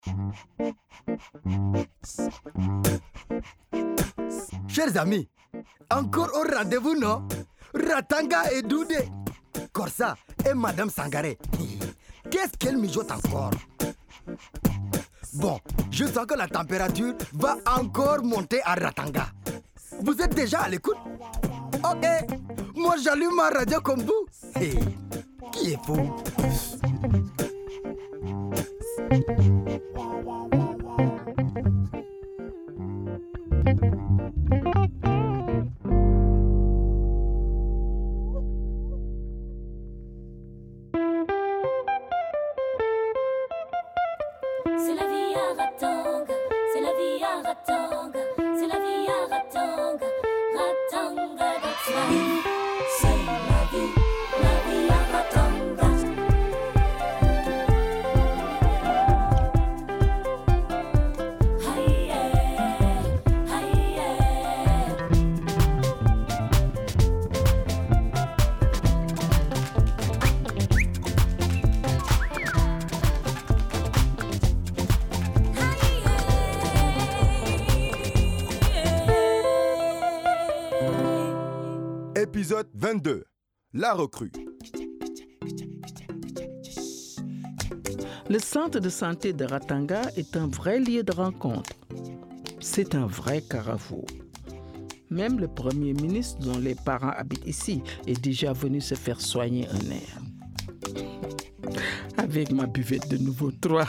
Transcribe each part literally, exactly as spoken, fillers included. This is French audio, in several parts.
Chers amis, encore au rendez-vous, non? Ratanga et Doudé, Corsa et Madame Sangaré. Qu'est-ce qu'elle mijote encore? Bon, je sens que la température va encore monter à Ratanga. Vous êtes déjà à l'écoute? Ok, moi j'allume ma radio comme vous. Hey, qui est fou? C'est la vie à Ratanga, c'est la vie à Ratanga, c'est la vie à Ratanga, Ratanga, that's life. C'est la vie, la vie à Ratanga. Aïe, aïe, Épisode vingt-deux. La recrue. Le centre de santé de Ratanga est un vrai lieu de rencontre. C'est un vrai carrefour. Même le premier ministre, dont les parents habitent ici, est déjà venu se faire soigner un nerf. Avec ma buvette de nouveau trois.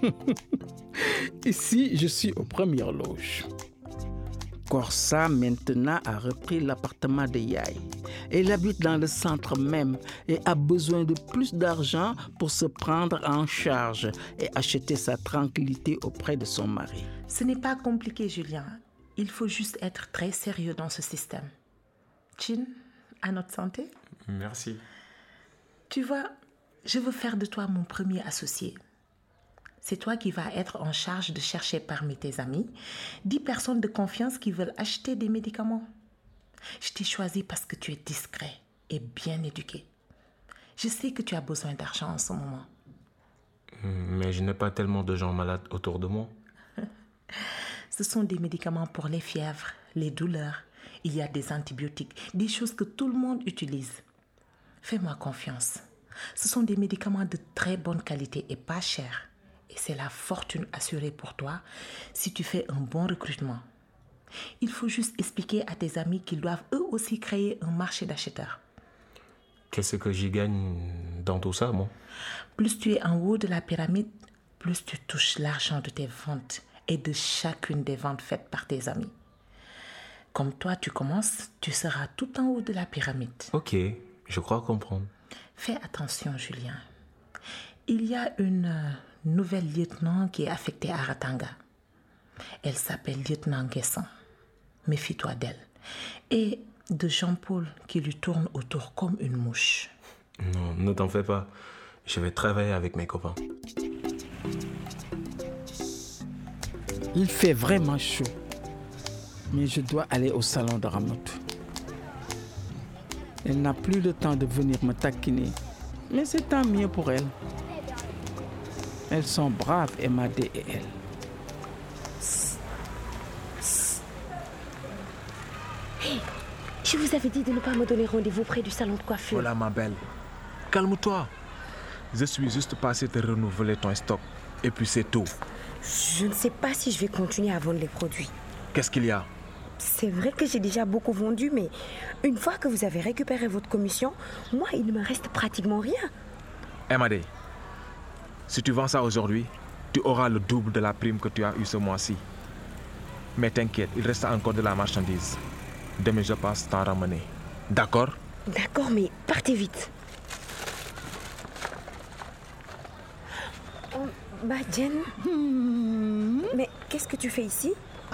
Ici, je suis aux premières loges. Corsa, maintenant, a repris l'appartement de Yaï. Elle habite dans le centre même et a besoin de plus d'argent pour se prendre en charge et acheter sa tranquillité auprès de son mari. Ce n'est pas compliqué, Julien. Il faut juste être très sérieux dans ce système. Chin, à notre santé. Merci. Tu vois, je veux faire de toi mon premier associé. C'est toi qui vas être en charge de chercher parmi tes amis dix personnes de confiance qui veulent acheter des médicaments. Je t'ai choisi parce que tu es discret et bien éduqué. Je sais que tu as besoin d'argent en ce moment. Mais je n'ai pas tellement de gens malades autour de moi. Ce sont des médicaments pour les fièvres, les douleurs. Il y a des antibiotiques, des choses que tout le monde utilise. Fais-moi confiance. Ce sont des médicaments de très bonne qualité et pas chers. Et c'est la fortune assurée pour toi si tu fais un bon recrutement. Il faut juste expliquer à tes amis qu'ils doivent eux aussi créer un marché d'acheteurs. Qu'est-ce que j'y gagne dans tout ça, moi? Plus tu es en haut de la pyramide, plus tu touches l'argent de tes ventes et de chacune des ventes faites par tes amis. Comme toi, tu commences, tu seras tout en haut de la pyramide. Ok, je crois comprendre. Fais attention, Julien. Il y a une euh, nouvelle lieutenant qui est affectée à Ratanga. Elle s'appelle lieutenant Guesson. Méfie-toi d'elle. Et de Jean-Paul qui lui tourne autour comme une mouche. Non, ne t'en fais pas. Je vais travailler avec mes copains. Il fait vraiment chaud. Mais je dois aller au salon de Ramout. Elle n'a plus le temps de venir me taquiner. Mais c'est tant mieux pour elle. Elles sont braves, Emadé et elle. Hey, je vous avais dit de ne pas me donner rendez-vous près du salon de coiffure. Voilà ma belle. Calme-toi. Je suis juste passé te renouveler ton stock. Et puis c'est tout. Je ne sais pas si je vais continuer à vendre les produits. Qu'est-ce qu'il y a? C'est vrai que j'ai déjà beaucoup vendu, mais une fois que vous avez récupéré votre commission, moi, il ne me reste pratiquement rien. Emadé, si tu vends ça aujourd'hui, tu auras le double de la prime que tu as eue ce mois-ci. Mais t'inquiète, il reste encore de la marchandise. Demain, je passe t'en ramener. D'accord? D'accord, mais partez vite. Oh, bah, Jen, Hmm. mais qu'est-ce que tu fais ici?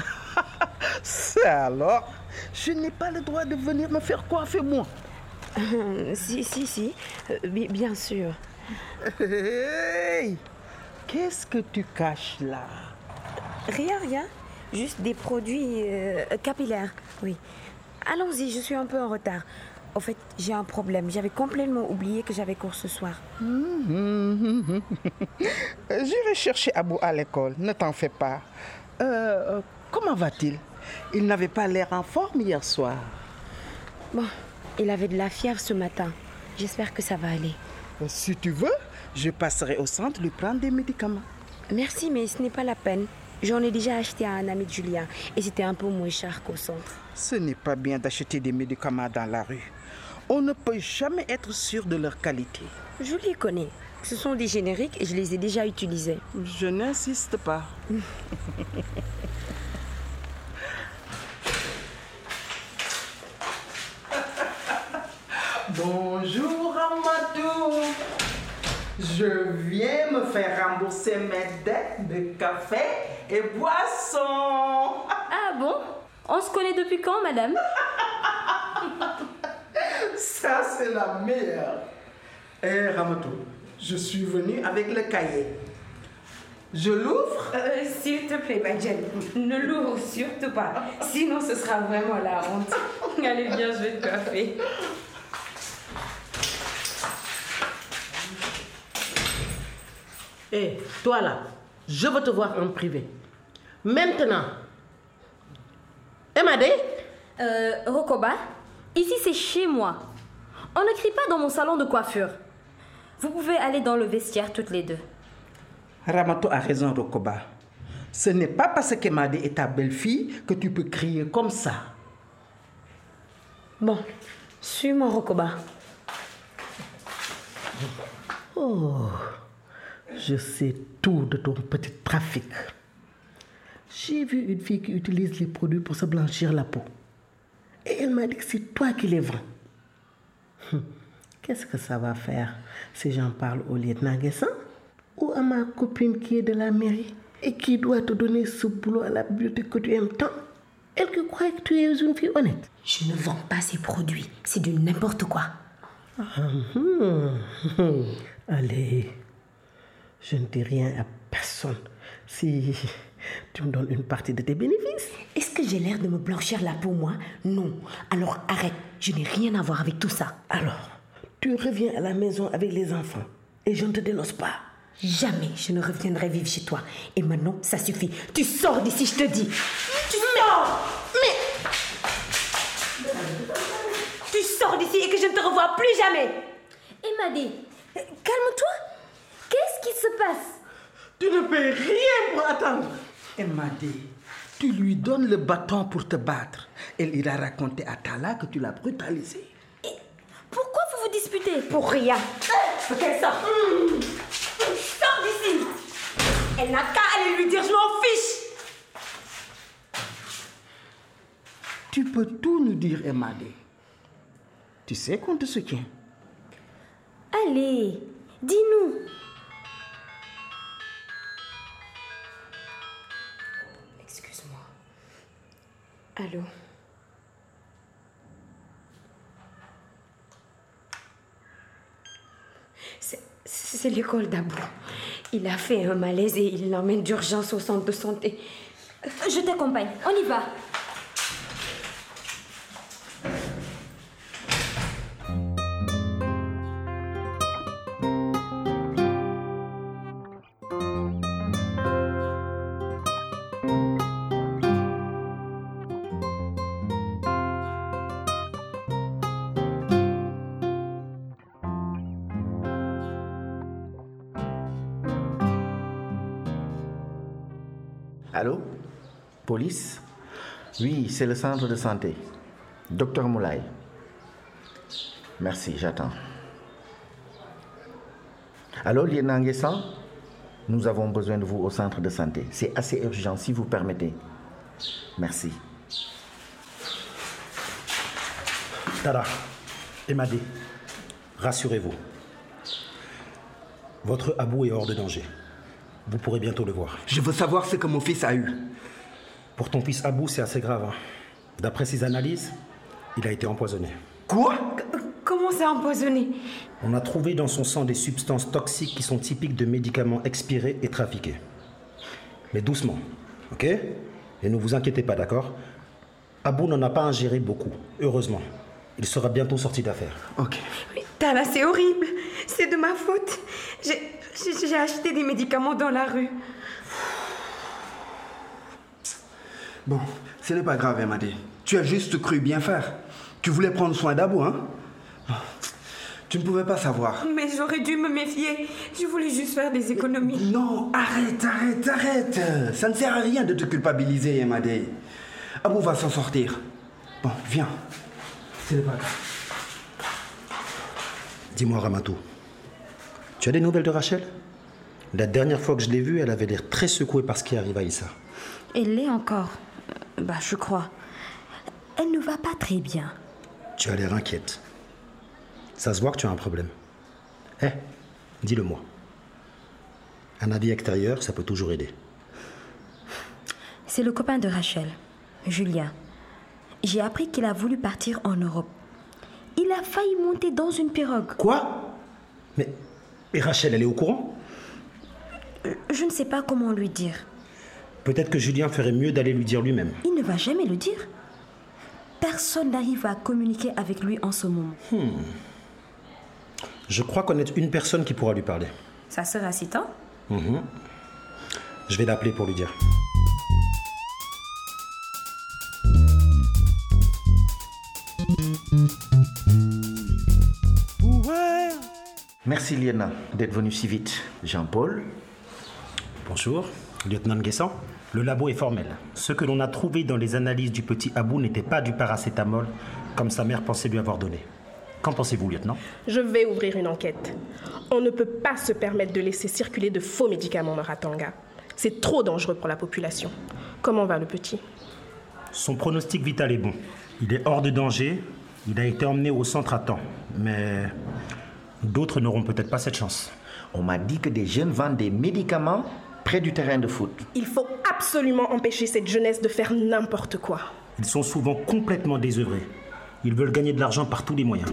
Ça alors, je n'ai pas le droit de venir me faire coiffer, moi. Euh, Si, si, si, euh, bi- bien sûr. Hey! Qu'est-ce que tu caches là? Rien, rien. Juste des produits euh, capillaires, oui. Allons-y, je suis un peu en retard. Au fait, j'ai un problème. J'avais complètement oublié que j'avais cours ce soir. J'irai chercher Abou à l'école, ne t'en fais pas. Euh, comment va-t-il? Il n'avait pas l'air en forme hier soir. Bon, il avait de la fièvre ce matin. J'espère que ça va aller. Si tu veux, je passerai au centre lui prendre des médicaments. Merci, mais ce n'est pas la peine. J'en ai déjà acheté à un ami de Julien et c'était un peu moins cher qu'au centre. Ce n'est pas bien d'acheter des médicaments dans la rue. On ne peut jamais être sûr de leur qualité. Je les connais. Ce sont des génériques et je les ai déjà utilisés. Je n'insiste pas. Bonjour Amadou. Je viens me faire rembourser mes dettes de café et boissons. Ah bon? On se connaît depuis quand, madame? Ça, c'est la meilleure. Eh, Ramatou, je suis venu avec le cahier. Je l'ouvre? Euh, S'il te plaît, Badjen, ne l'ouvre surtout pas. Sinon, ce sera vraiment la honte. Allez, viens, je vais te coiffer. Hé, hey, toi là, je veux te voir en privé. Maintenant. Emadé? Euh, Rokoba, ici c'est chez moi. On ne crie pas dans mon salon de coiffure. Vous pouvez aller dans le vestiaire toutes les deux. Ramato a raison, Rokoba. Ce n'est pas parce qu'Emadé est ta belle-fille que tu peux crier comme ça. Bon, suis-moi, Rokoba. Oh, je sais tout de ton petit trafic. J'ai vu une fille qui utilise les produits pour se blanchir la peau. Et elle m'a dit que c'est toi qui les vends. Hum, Qu'est-ce que ça va faire si j'en parle au lieutenant Guessin ou à ma copine qui est de la mairie et qui doit te donner ce boulot à la bibliothèque que tu aimes tant? Elle qui croit que tu es une fille honnête. Je ne vends pas ces produits. C'est de n'importe quoi. Hum, hum, hum. Allez, je ne dis rien à personne si tu me donnes une partie de tes bénéfices. Est-ce que j'ai l'air de me blanchir la peau, moi? Non. Alors arrête. Je n'ai rien à voir avec tout ça. Alors, tu reviens à la maison avec les enfants et je ne te dénonce pas. Jamais je ne reviendrai vivre chez toi. Et maintenant, ça suffit. Tu sors d'ici, je te dis. Tu sors! Mais... Tu sors d'ici et que je ne te revois plus jamais. Emadé, calme-toi. Qu'est-ce qui se passe? Tu ne peux rien pour attendre. Emadé, tu lui donnes le bâton pour te battre. Elle ira raconter à Tala que tu l'as brutalisée. Et pourquoi vous vous disputez? Pour rien. Faut qu'elle sorte. Mmh. Sors d'ici. Elle n'a qu'à aller lui dire je m'en fiche. Tu peux tout nous dire, Emadé. Tu sais qu'on te soutient. Allez, dis-nous. Excuse-moi. Allô? C'est, c'est l'école d'Abou. Il a fait un malaise et il l'emmène d'urgence au centre de santé. Je t'accompagne, on y va. Allô? Police? Oui, c'est le centre de santé. Docteur Moulay. Merci, j'attends. Allô, lieutenant Guessin? Nous avons besoin de vous au centre de santé. C'est assez urgent, si vous permettez. Merci. Tara, Emadé, rassurez-vous. Votre Abou est hors de danger. Vous pourrez bientôt le voir. Je veux savoir ce que mon fils a eu. Pour ton fils Abou, c'est assez grave. Hein. D'après ses analyses, il a été empoisonné. Quoi? Comment c'est empoisonné? On a trouvé dans son sang des substances toxiques qui sont typiques de médicaments expirés et trafiqués. Mais doucement, ok? Et ne vous inquiétez pas, d'accord? Abou n'en a pas ingéré beaucoup, heureusement. Il sera bientôt sorti d'affaire. Ok. Mais Tala, c'est horrible. C'est de ma faute. J'ai, j'ai, j'ai acheté des médicaments dans la rue. Bon, ce n'est pas grave, Madé. Tu as juste cru bien faire. Tu voulais prendre soin d'Abou, hein? Tu ne pouvais pas savoir. Mais j'aurais dû me méfier. Je voulais juste faire des économies. Non, arrête, arrête, arrête. Ça ne sert à rien de te culpabiliser, Madé. Abou va s'en sortir. Bon, viens. Ce n'est pas grave. Dis-moi, Ramatou, tu as des nouvelles de Rachel? La dernière fois que je l'ai vue, elle avait l'air très secouée par ce qui arrive à Issa. Elle l'est encore. Bah, je crois. Elle ne va pas très bien. Tu as l'air inquiète. Ça se voit que tu as un problème. Eh, dis-le-moi. Un avis extérieur, ça peut toujours aider. C'est le copain de Rachel, Julien. J'ai appris qu'il a voulu partir en Europe. Il a failli monter dans une pirogue. Quoi? Mais, et Rachel, elle est au courant? Je ne sais pas comment lui dire. Peut-être que Julien ferait mieux d'aller lui dire lui-même. Il ne va jamais le dire. Personne n'arrive à communiquer avec lui en ce moment. Hmm. Je crois connaître une personne qui pourra lui parler. Ça sera si tant? Mm-hmm. Je vais l'appeler pour lui dire. Merci Liena d'être venu si vite. Jean-Paul. Bonjour, lieutenant Nguessan. Le labo est formel. Ce que l'on a trouvé dans les analyses du petit Abou n'était pas du paracétamol, comme sa mère pensait lui avoir donné. Qu'en pensez-vous, lieutenant? Je vais ouvrir une enquête. On ne peut pas se permettre de laisser circuler de faux médicaments dans Ratanga. C'est trop dangereux pour la population. Comment va le petit? Son pronostic vital est bon. Il est hors de danger. Il a été emmené au centre à temps. Mais d'autres n'auront peut-être pas cette chance. On m'a dit que des jeunes vendent des médicaments près du terrain de foot. Il faut absolument empêcher cette jeunesse de faire n'importe quoi. Ils sont souvent complètement désœuvrés. Ils veulent gagner de l'argent par tous les moyens.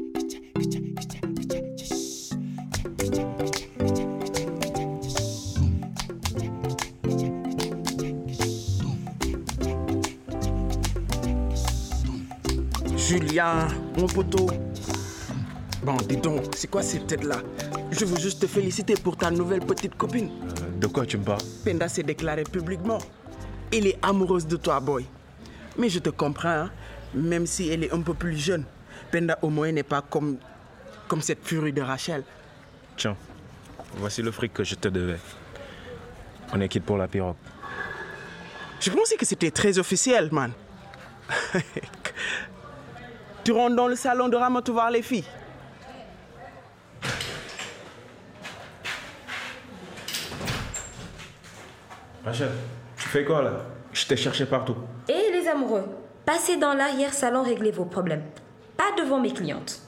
Julien, mon poteau. Bon, dis donc, c'est quoi cette tête-là? Je veux juste te féliciter pour ta nouvelle petite copine. Euh, de quoi tu me parles? Penda s'est déclarée publiquement. Elle est amoureuse de toi, boy. Mais je te comprends, hein? Même si elle est un peu plus jeune. Penda au moins n'est pas comme, comme cette furie de Rachel. Tiens, voici le fric que je te devais. On est quitte pour la pirogue. Je pensais que c'était très officiel, man. Tu rentres dans le salon de Ramatou voir les filles. Rachel, tu fais quoi là? Je t'ai cherché partout. Et les amoureux, passez dans l'arrière-salon régler vos problèmes. Pas devant mes clientes.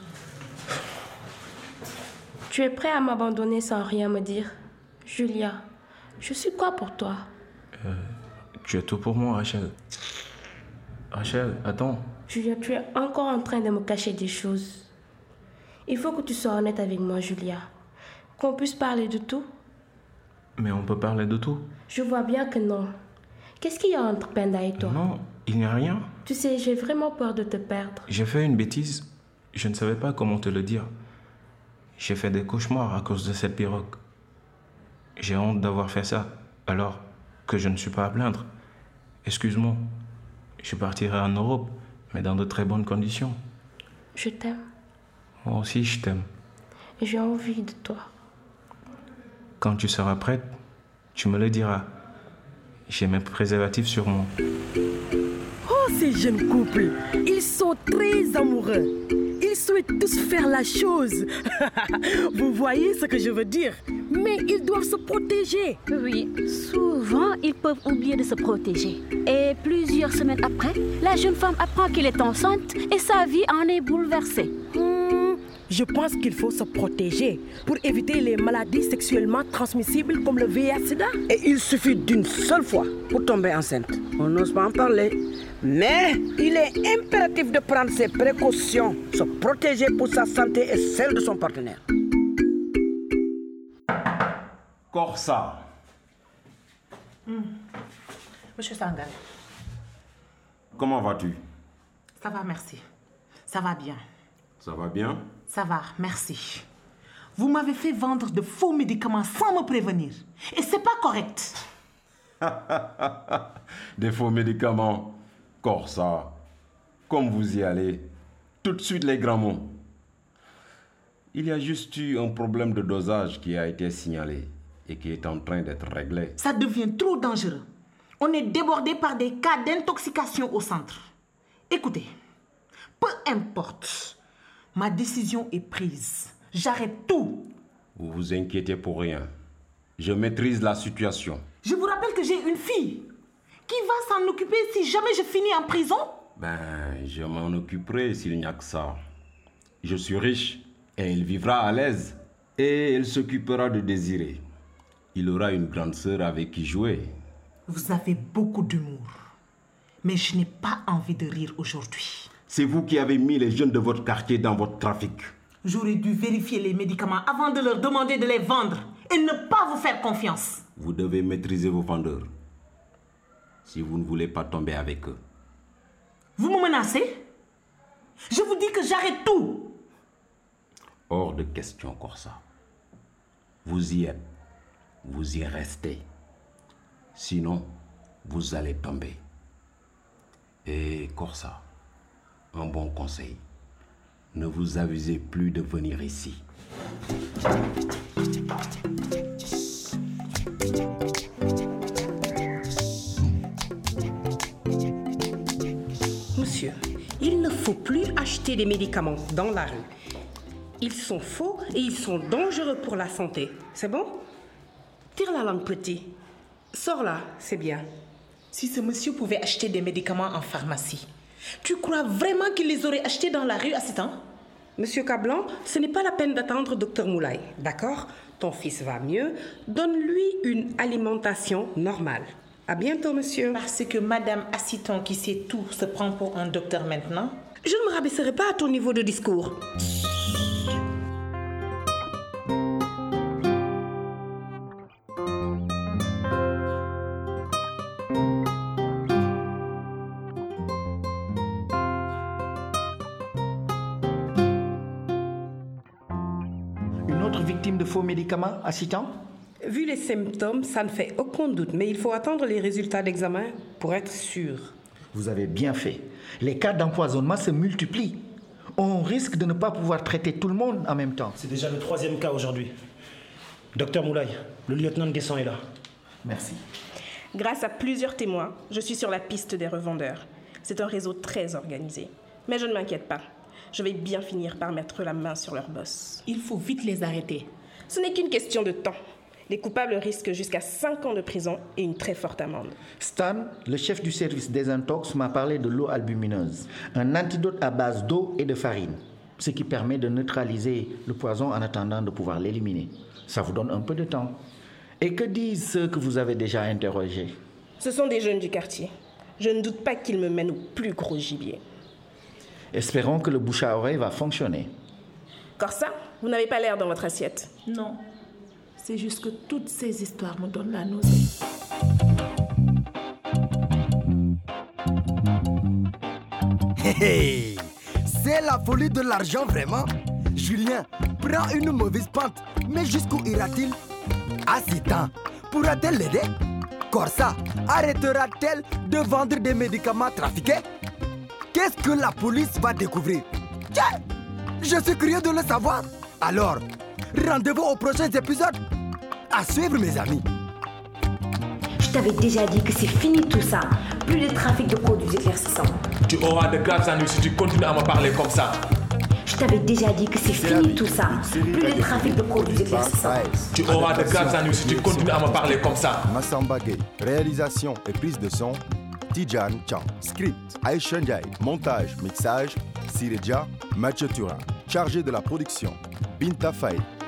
Tu es prêt à m'abandonner sans rien me dire? Julia, je suis quoi pour toi? Euh, tu es tout pour moi, Rachel. Rachel, attends. Julia, tu es encore en train de me cacher des choses. Il faut que tu sois honnête avec moi, Julia. Qu'on puisse parler de tout. Mais on peut parler de tout. Je vois bien que non. Qu'est-ce qu'il y a entre Penda et toi? Non, il n'y a rien. Tu sais, j'ai vraiment peur de te perdre. J'ai fait une bêtise. Je ne savais pas comment te le dire. J'ai fait des cauchemars à cause de cette pirogue. J'ai honte d'avoir fait ça, alors que je ne suis pas à plaindre. Excuse-moi. Je partirai en Europe, mais dans de très bonnes conditions. Je t'aime. Moi aussi, je t'aime. Et j'ai envie de toi. Quand tu seras prête, tu me le diras. J'ai mes préservatifs sur moi. Oh, ces jeunes couples, ils sont très amoureux. Ils souhaitent tous faire la chose. Vous voyez ce que je veux dire? Mais ils doivent se protéger. Oui, souvent, ils peuvent oublier de se protéger. Et plusieurs semaines après, la jeune femme apprend qu'elle est enceinte et sa vie en est bouleversée. Hmm, je pense qu'il faut se protéger pour éviter les maladies sexuellement transmissibles comme le V I H sida. Et il suffit d'une seule fois pour tomber enceinte. On n'ose pas en parler. Mais il est impératif de prendre ses précautions, se protéger pour sa santé et celle de son partenaire. Corsa. Mmh. Monsieur Sangaré. Comment vas-tu? Ça va, merci. Ça va bien. Ça va bien? Ça va, merci. Vous m'avez fait vendre de faux médicaments sans me prévenir. Et c'est pas correct. Des faux médicaments. Corsa. Comme vous y allez. Tout de suite les grands mots. Il y a juste eu un problème de dosage qui a été signalé et qui est en train d'être réglé. Ça devient trop dangereux. On est débordé par des cas d'intoxication au centre. Écoutez, peu importe, ma décision est prise. J'arrête tout. Vous vous inquiétez pour rien. Je maîtrise la situation. Je vous rappelle que j'ai une fille. Qui va s'en occuper si jamais je finis en prison? Ben, je m'en occuperai s'il n'y a que ça. Je suis riche et elle vivra à l'aise. Et elle s'occupera de Désiré. Il aura une grande sœur avec qui jouer. Vous avez beaucoup d'humour. Mais je n'ai pas envie de rire aujourd'hui. C'est vous qui avez mis les jeunes de votre quartier dans votre trafic. J'aurais dû vérifier les médicaments avant de leur demander de les vendre et ne pas vous faire confiance. Vous devez maîtriser vos vendeurs. Si vous ne voulez pas tomber avec eux. Vous me menacez? Je vous dis que j'arrête tout. Hors de question, Corsa. Vous y êtes. Vous y restez. Sinon, vous allez tomber. Et Corsa, un bon conseil. Ne vous avisez plus de venir ici. Monsieur, il ne faut plus acheter des médicaments dans la rue. Ils sont faux et ils sont dangereux pour la santé. C'est bon? Tire la langue, petit. Sors là, c'est bien. Si ce monsieur pouvait acheter des médicaments en pharmacie, tu crois vraiment qu'il les aurait achetés dans la rue à ce temps? Monsieur Cablan, ce n'est pas la peine d'attendre docteur Moulay, d'accord? Ton fils va mieux. Donne-lui une alimentation normale. À bientôt, monsieur. Parce que Madame Assiton, qui sait tout, se prend pour un docteur maintenant? Je ne me rabaisserai pas à ton niveau de discours. Victime de faux médicaments, assistant? Vu les symptômes, ça ne fait aucun doute, mais il faut attendre les résultats d'examen pour être sûr. Vous avez bien fait. Les cas d'empoisonnement se multiplient. On risque de ne pas pouvoir traiter tout le monde en même temps. C'est déjà le troisième cas aujourd'hui. Docteur Moulay, le lieutenant Guesson est là. Merci. Grâce à plusieurs témoins, je suis sur la piste des revendeurs. C'est un réseau très organisé. Mais je ne m'inquiète pas. Je vais bien finir par mettre la main sur leur boss. Il faut vite les arrêter. Ce n'est qu'une question de temps. Les coupables risquent jusqu'à cinq ans de prison et une très forte amende. Stan, le chef du service désintox, m'a parlé de l'eau albumineuse, un antidote à base d'eau et de farine, ce qui permet de neutraliser le poison en attendant de pouvoir l'éliminer. Ça vous donne un peu de temps. Et que disent ceux que vous avez déjà interrogés? Ce sont des jeunes du quartier. Je ne doute pas qu'ils me mènent au plus gros gibier. Espérons que le bouche à oreille va fonctionner. Corsa, vous n'avez pas l'air dans votre assiette. Non. C'est juste que toutes ces histoires me donnent la nausée. Hey, hey. C'est la folie de l'argent vraiment. Julien prend une mauvaise pente, mais jusqu'où ira-t-il? Assistant, pourra-t-elle l'aider? Corsa arrêtera-t-elle de vendre des médicaments trafiqués? Qu'est-ce que la police va découvrir? Tiens, je suis curieux de le savoir. Alors, rendez-vous aux prochains épisodes. À suivre, mes amis. Je t'avais déjà dit que c'est fini tout ça. Plus de trafic de produits éclaircissants. Tu auras de graves ennuis si tu continues à me parler comme ça. Je t'avais déjà dit que c'est fini tout ça. Plus de trafic de produits éclaircissants. Tu auras de graves ennuis si tu continues à me parler comme ça. Massamba Gueye. Réalisation et prise de son, Tijan Chang. Script, Aïcha Ndiaye. Montage, mixage, Sireja, Mathieu Turin. Chargé de la production, Binta Faye.